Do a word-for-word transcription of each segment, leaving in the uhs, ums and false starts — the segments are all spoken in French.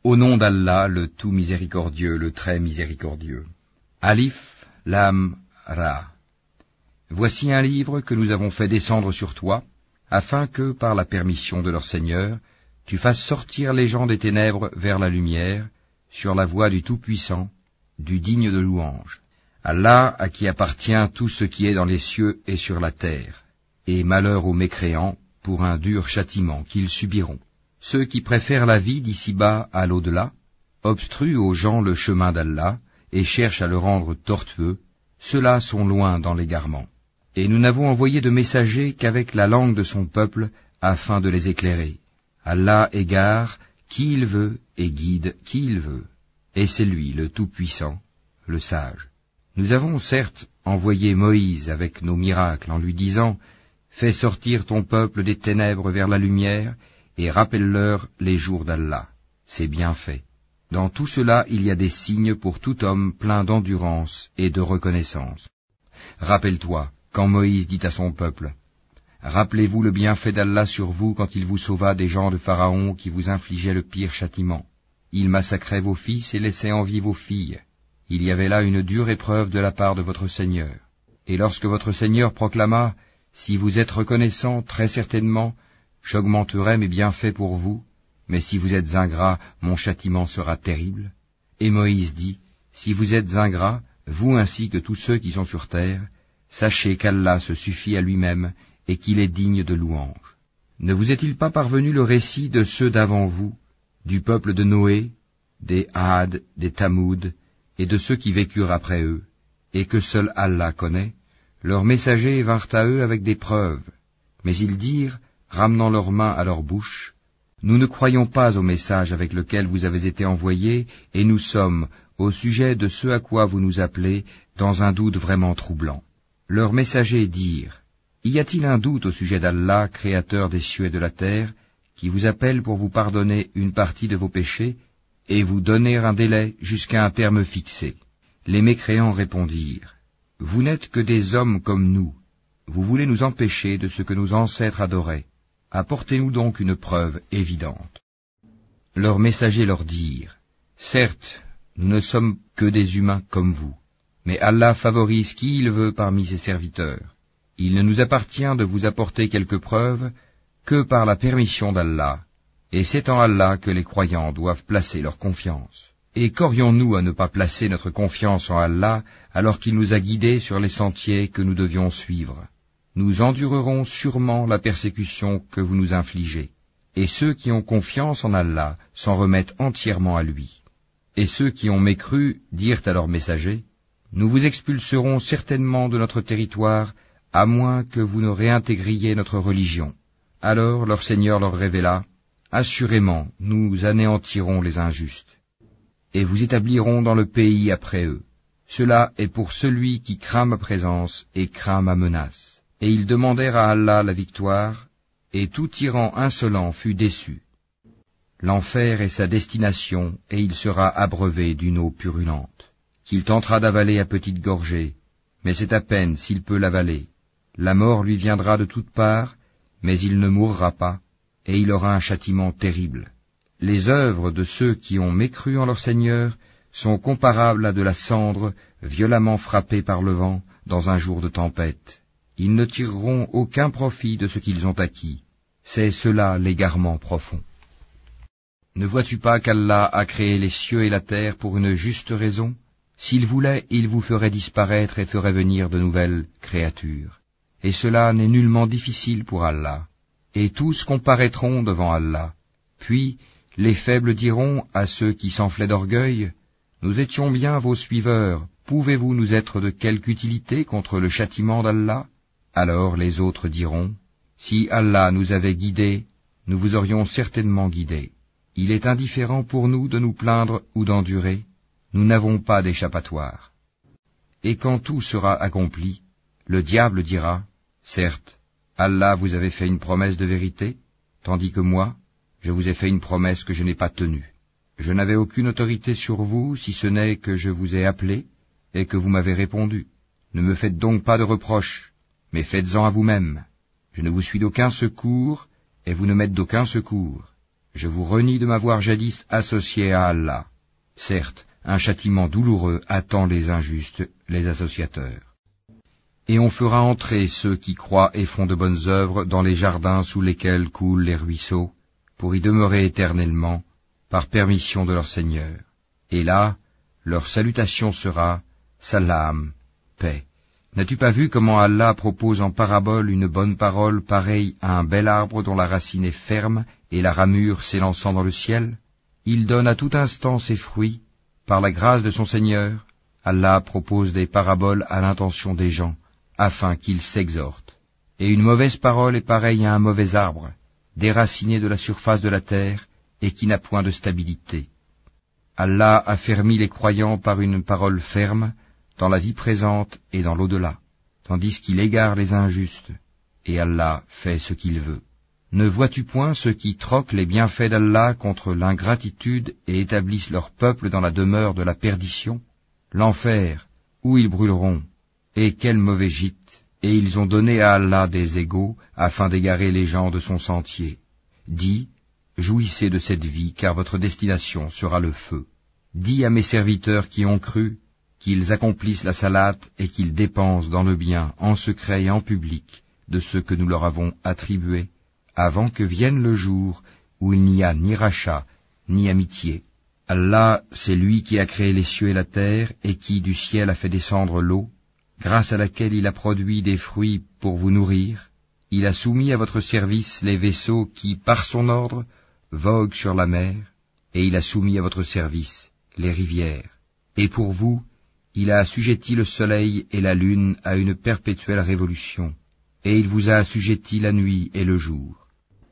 Au nom d'Allah, le tout miséricordieux, le très miséricordieux. Alif, Lam, Ra. Voici un livre que nous avons fait descendre sur toi, afin que, par la permission de leur Seigneur, tu fasses sortir les gens des ténèbres vers la lumière, sur la voie du Tout-Puissant, du digne de louange. Allah, à qui appartient tout ce qui est dans les cieux et sur la terre, et malheur aux mécréants pour un dur châtiment qu'ils subiront. Ceux qui préfèrent la vie d'ici-bas à l'au-delà, obstruent aux gens le chemin d'Allah et cherchent à le rendre tortueux, ceux-là sont loin dans l'égarement. Et nous n'avons envoyé de messagers qu'avec la langue de son peuple, afin de les éclairer. Allah égare qui il veut et guide qui il veut. Et c'est lui, le Tout-Puissant, le Sage. Nous avons certes envoyé Moïse avec nos miracles en lui disant « Fais sortir ton peuple des ténèbres vers la lumière et rappelle-leur les jours d'Allah. » C'est bien fait. Dans tout cela, il y a des signes pour tout homme plein d'endurance et de reconnaissance. Rappelle-toi, quand Moïse dit à son peuple « Rappelez-vous le bienfait d'Allah sur vous quand il vous sauva des gens de Pharaon qui vous infligeaient le pire châtiment. Il massacrait vos fils et laissait en vie vos filles. Il y avait là une dure épreuve de la part de votre Seigneur. Et lorsque votre Seigneur proclama « Si vous êtes reconnaissant, très certainement, j'augmenterai mes bienfaits pour vous, mais si vous êtes ingrats, mon châtiment sera terrible. » Et Moïse dit « Si vous êtes ingrats, vous ainsi que tous ceux qui sont sur terre, sachez qu'Allah se suffit à lui-même et qu'il est digne de louange. Ne vous est-il pas parvenu le récit de ceux d'avant vous, du peuple de Noé, des Had, des Tamoud, et de ceux qui vécurent après eux, et que seul Allah connaît? Leurs messagers vinrent à eux avec des preuves, mais ils dirent, ramenant leurs mains à leur bouche, « Nous ne croyons pas au message avec lequel vous avez été envoyés, et nous sommes, au sujet de ce à quoi vous nous appelez, dans un doute vraiment troublant. » Leurs messagers dirent, « Y a-t-il un doute au sujet d'Allah, créateur des cieux et de la terre, qui vous appelle pour vous pardonner une partie de vos péchés, et vous donner un délai jusqu'à un terme fixé ?» Les mécréants répondirent, « Vous n'êtes que des hommes comme nous. Vous voulez nous empêcher de ce que nos ancêtres adoraient. Apportez-nous donc une preuve évidente. » Leurs messagers leur dirent, « Certes, nous ne sommes que des humains comme vous, mais Allah favorise qui il veut parmi ses serviteurs. Il ne nous appartient de vous apporter quelques preuves que par la permission d'Allah, et c'est en Allah que les croyants doivent placer leur confiance. Et qu'aurions-nous à ne pas placer notre confiance en Allah alors qu'il nous a guidés sur les sentiers que nous devions suivre? Nous endurerons sûrement la persécution que vous nous infligez, et ceux qui ont confiance en Allah s'en remettent entièrement à lui. Et ceux qui ont mécru dirent à leurs messagers, « Nous vous expulserons certainement de notre territoire, à moins que vous ne réintégriez notre religion. » Alors leur Seigneur leur révéla, « Assurément, nous anéantirons les injustes, et vous établirons dans le pays après eux. Cela est pour celui qui craint ma présence et craint ma menace. » Et ils demandèrent à Allah la victoire, et tout tyran insolent fut déçu. L'enfer est sa destination, et il sera abreuvé d'une eau purulente, qu'il tentera d'avaler à petites gorgées, mais c'est à peine s'il peut l'avaler. La mort lui viendra de toutes parts, mais il ne mourra pas, et il aura un châtiment terrible. Les œuvres de ceux qui ont mécru en leur Seigneur sont comparables à de la cendre violemment frappée par le vent dans un jour de tempête. Ils ne tireront aucun profit de ce qu'ils ont acquis. C'est cela l'égarement profond. Ne vois-tu pas qu'Allah a créé les cieux et la terre pour une juste raison? S'il voulait, il vous ferait disparaître et ferait venir de nouvelles créatures. Et cela n'est nullement difficile pour Allah. Et tous comparaîtront devant Allah. Puis, les faibles diront à ceux qui s'enflaient d'orgueil, « Nous étions bien vos suiveurs, pouvez-vous nous être de quelque utilité contre le châtiment d'Allah ?» Alors les autres diront, « Si Allah nous avait guidés, nous vous aurions certainement guidés. Il est indifférent pour nous de nous plaindre ou d'endurer, nous n'avons pas d'échappatoire. » Et quand tout sera accompli, le diable dira, « Certes, Allah vous avait fait une promesse de vérité, tandis que moi, je vous ai fait une promesse que je n'ai pas tenue. Je n'avais aucune autorité sur vous, si ce n'est que je vous ai appelé, et que vous m'avez répondu. Ne me faites donc pas de reproches, mais faites-en à vous-même. Je ne vous suis d'aucun secours, et vous ne m'êtes d'aucun secours. je vous renie de m'avoir jadis associé à Allah. Certes, un châtiment douloureux attend les injustes, les associateurs. Et on fera entrer ceux qui croient et font de bonnes œuvres dans les jardins sous lesquels coulent les ruisseaux, pour y demeurer éternellement, par permission de leur Seigneur. Et là, leur salutation sera « Salam, paix ». N'as-tu pas vu comment Allah propose en parabole une bonne parole pareille à un bel arbre dont la racine est ferme et la ramure s'élançant dans le ciel? Il donne à tout instant ses fruits. Par la grâce de son Seigneur, Allah propose des paraboles à l'intention des gens, afin qu'ils s'exhortent. Et une mauvaise parole est pareille à un mauvais arbre, déraciné de la surface de la terre et qui n'a point de stabilité. Allah a fermi les croyants par une parole ferme, dans la vie présente et dans l'au-delà, tandis qu'il égare les injustes, et Allah fait ce qu'il veut. Ne vois-tu point ceux qui troquent les bienfaits d'Allah contre l'ingratitude et établissent leur peuple dans la demeure de la perdition? L'enfer, où ils brûleront, et quel mauvais gîte, et ils ont donné à Allah des égaux, afin d'égarer les gens de son sentier. Dis, jouissez de cette vie, car votre destination sera le feu. Dis à mes serviteurs qui ont cru, qu'ils accomplissent la salate et qu'ils dépensent dans le bien, en secret et en public, de ce que nous leur avons attribué, avant que vienne le jour où il n'y a ni rachat, ni amitié. Allah, c'est lui qui a créé les cieux et la terre, et qui du ciel a fait descendre l'eau, grâce à laquelle il a produit des fruits pour vous nourrir. Il a soumis à votre service les vaisseaux qui, par son ordre, voguent sur la mer, et il a soumis à votre service les rivières. Et pour vous, il a assujetti le soleil et la lune à une perpétuelle révolution, et il vous a assujetti la nuit et le jour.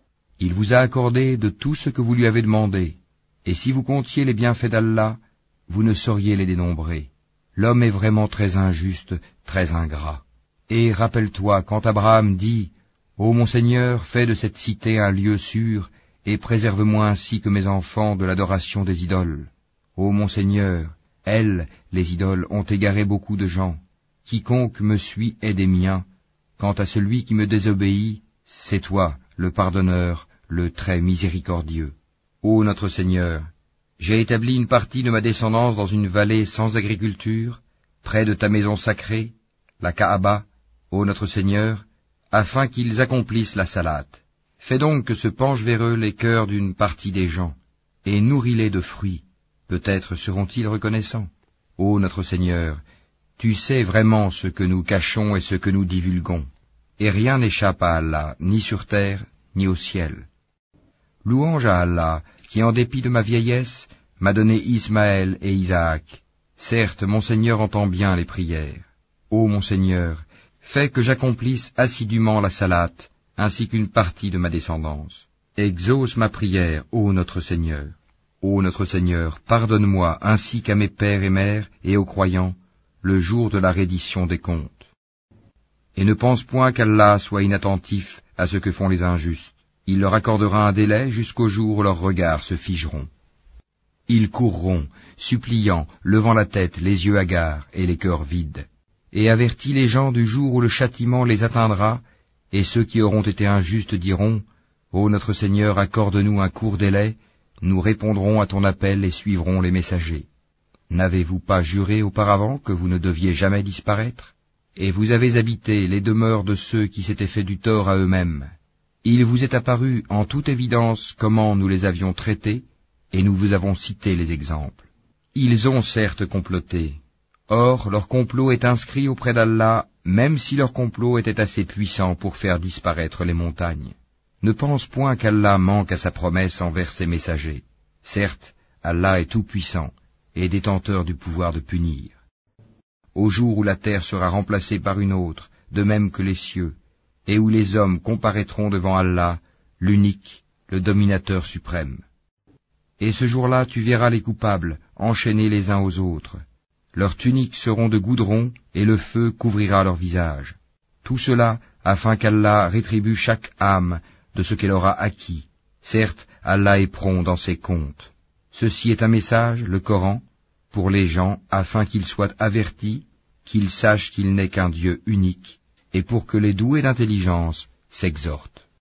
Il vous a accordé de tout ce que vous lui avez demandé, et si vous comptiez les bienfaits d'Allah, vous ne sauriez les dénombrer. L'homme est vraiment très injuste, très ingrat. Et rappelle-toi quand Abraham dit « Ô mon Seigneur, fais de cette cité un lieu sûr, et préserve-moi ainsi que mes enfants de l'adoration des idoles. Ô mon Seigneur, elles, les idoles, ont égaré beaucoup de gens. Quiconque me suit est des miens. Quant à celui qui me désobéit, c'est toi, le pardonneur, le très miséricordieux. Ô notre Seigneur, j'ai établi une partie de ma descendance dans une vallée sans agriculture, près de ta maison sacrée, la Kaaba, ô notre Seigneur, afin qu'ils accomplissent la salate. Fais donc que se penchent vers eux les cœurs d'une partie des gens, et nourris-les de fruits. Peut-être seront-ils reconnaissants. Ô notre Seigneur, tu sais vraiment ce que nous cachons et ce que nous divulguons, et rien n'échappe à Allah, ni sur terre, ni au ciel. Louange à Allah, qui en dépit de ma vieillesse, m'a donné Ismaël et Isaac. Certes, mon Seigneur entend bien les prières. Ô mon Seigneur, fais que j'accomplisse assidûment la salate, ainsi qu'une partie de ma descendance. Exauce ma prière, ô notre Seigneur. Ô notre Seigneur, pardonne-moi ainsi qu'à mes pères et mères et aux croyants, le jour de la reddition des comptes. Et ne pense point qu'Allah soit inattentif à ce que font les injustes. Il leur accordera un délai jusqu'au jour où leurs regards se figeront. Ils courront, suppliant, levant la tête, les yeux hagards et les cœurs vides. Et avertis les gens du jour où le châtiment les atteindra, et ceux qui auront été injustes diront, « Ô notre Seigneur, accorde-nous un court délai, nous répondrons à ton appel et suivrons les messagers. N'avez-vous pas juré auparavant que vous ne deviez jamais disparaître? Et vous avez habité les demeures de ceux qui s'étaient fait du tort à eux-mêmes. Il vous est apparu en toute évidence comment nous les avions traités, et nous vous avons cité les exemples. Ils ont certes comploté. Or, leur complot est inscrit auprès d'Allah, même si leur complot était assez puissant pour faire disparaître les montagnes. Ne pense point qu'Allah manque à sa promesse envers ses messagers. Certes, Allah est tout-puissant et détenteur du pouvoir de punir. Au jour où la terre sera remplacée par une autre, de même que les cieux, et où les hommes comparaîtront devant Allah, l'unique, le dominateur suprême. Et ce jour-là tu verras les coupables, enchaînés les uns aux autres. Leurs tuniques seront de goudron, et le feu couvrira leur visage. Tout cela afin qu'Allah rétribue chaque âme de ce qu'elle aura acquis. Certes, Allah est prompt dans ses comptes. Ceci est un message, le Coran, pour les gens, afin qu'ils soient avertis, qu'ils sachent qu'il n'est qu'un Dieu unique, et pour que les doués d'intelligence s'exhortent.